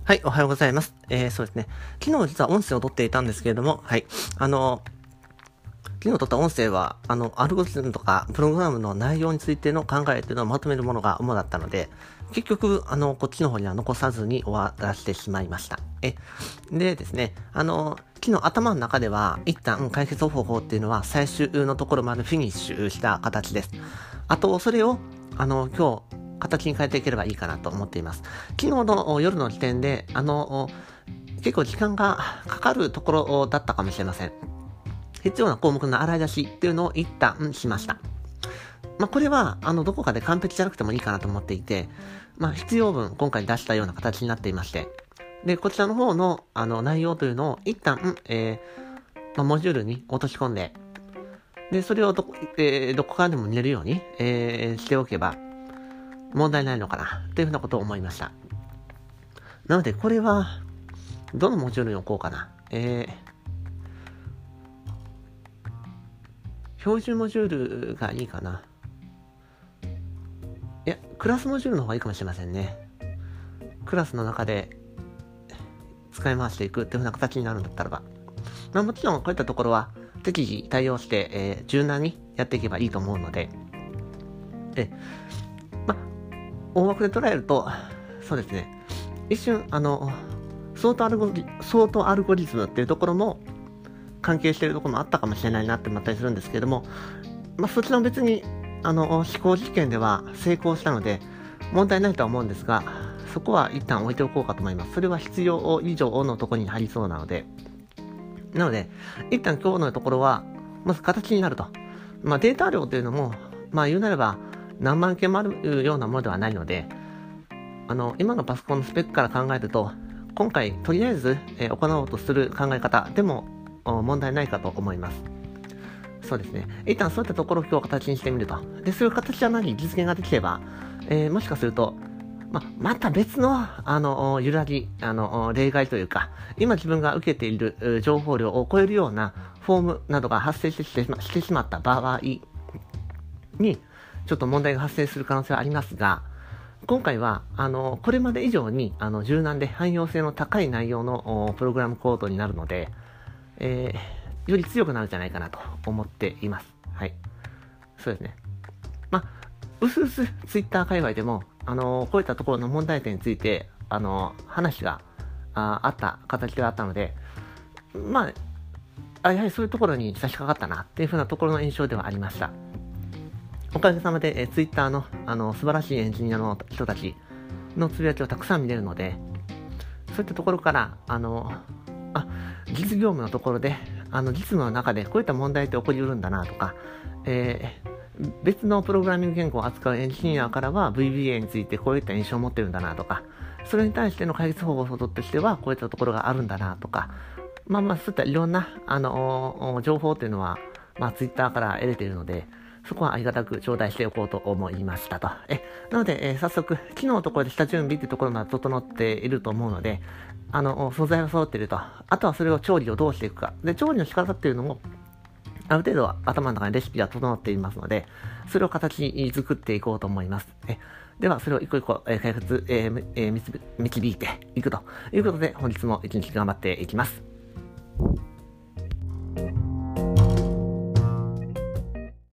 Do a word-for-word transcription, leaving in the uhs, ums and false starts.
はい、おはようございます。えー、そうですね。昨日実は音声を取っていたんですけれども、はい。あの、昨日取った音声は、あの、アルゴリズムとか、プログラムの内容についての考えというのをまとめるものが主だったので、結局、あの、こっちの方には残さずに終わらせてしまいました。え、でですね、あの、昨日頭の中では、一旦解決方法っていうのは最終のところまでフィニッシュした形です。あと、それを、あの、今日、形に変えていければいいかなと思っています。昨日の夜の時点で、あの、結構時間がかかるところだったかもしれません。必要な項目の洗い出しっていうのを一旦しました。まあ、これは、あの、どこかで完璧じゃなくてもいいかなと思っていて、まあ、必要分今回出したような形になっていまして、で、こちらの方の、あの、内容というのを一旦、えー、まあ、モジュールに落とし込んで、で、それをどこ、えー、どこからでも見れるように、えー、しておけば、問題ないのかな、というふうなことを思いました。なので、これは、どのモジュールに置こうかな。えー、標準モジュールがいいかな。いや、クラスモジュールの方がいいかもしれませんね。クラスの中で使い回していくっていうふうな形になるんだったらば。まあもちろんこういったところは適宜対応して、えー、柔軟にやっていけばいいと思うので、で、まあ、大枠で捉えると、そうですね、一瞬、あの、ソートアルゴリ、ソートアルゴリズムっていうところも関係しているところもあったかもしれないなって思ったりするんですけれども、まあそちらも別に、あの、思考実験では成功したので、問題ないとは思うんですが、そこは一旦置いておこうかと思います。それは必要以上のところに入りそうなので。なので、一旦今日のところは、まず形になると。まあデータ量というのも、まあ言うなれば何万件もあるようなものではないので、あの、今のパソコンのスペックから考えると、今回とりあえず、えー、行おうとする考え方でも問題ないかと思います。そうですね。一旦そういったところを今日形にしてみると。で、そういう形じゃなり実現ができれば、えー、もしかすると、ま、また別の、あの、揺らぎ、あの、例外というか、今自分が受けている情報量を超えるようなフォームなどが発生してしましてしまった場合に、ちょっと問題が発生する可能性はありますが、今回は、あの、これまで以上に、あの、柔軟で汎用性の高い内容のプログラムコードになるので、えー、より強くなるんじゃないかなと思っています。はい。そうですね。まあ、うすうすツイッター界隈でも、あのー、こういったところの問題点について、あのー、話が あ, あった形であったので、まあ、やはりそういうところに差し掛かったなっていうふうなところの印象ではありました。おかげさまで、えー、ツイッターの、あのー、素晴らしいエンジニアの人たちのつぶやきをたくさん見れるので、そういったところから、あのー、あ、実業務のところで、あの、実務の中でこういった問題って起こりうるんだなとか、えー、別のプログラミング言語を扱うエンジニアからは ブイビーエー についてこういった印象を持ってるんだなとか、それに対しての解決方法としてはこういったところがあるんだなとか、まあまあそういったいろんな、あのー、情報っていうのは、まあ Twitter から得れているので、そこはありがたく頂戴しておこうと思いましたと。え、なので、えー、早速、昨日のところで下準備っていうところまで整っていると思うので、あの、素材は揃っていると。あとはそれを調理をどうしていくか。で、調理の仕方っていうのも、ある程度は頭の中にレシピが整っていますので、それを形に作っていこうと思います。えでは、それを一個一個、えー、開発、えーえー、導いていくということで、本日も一日頑張っていきます。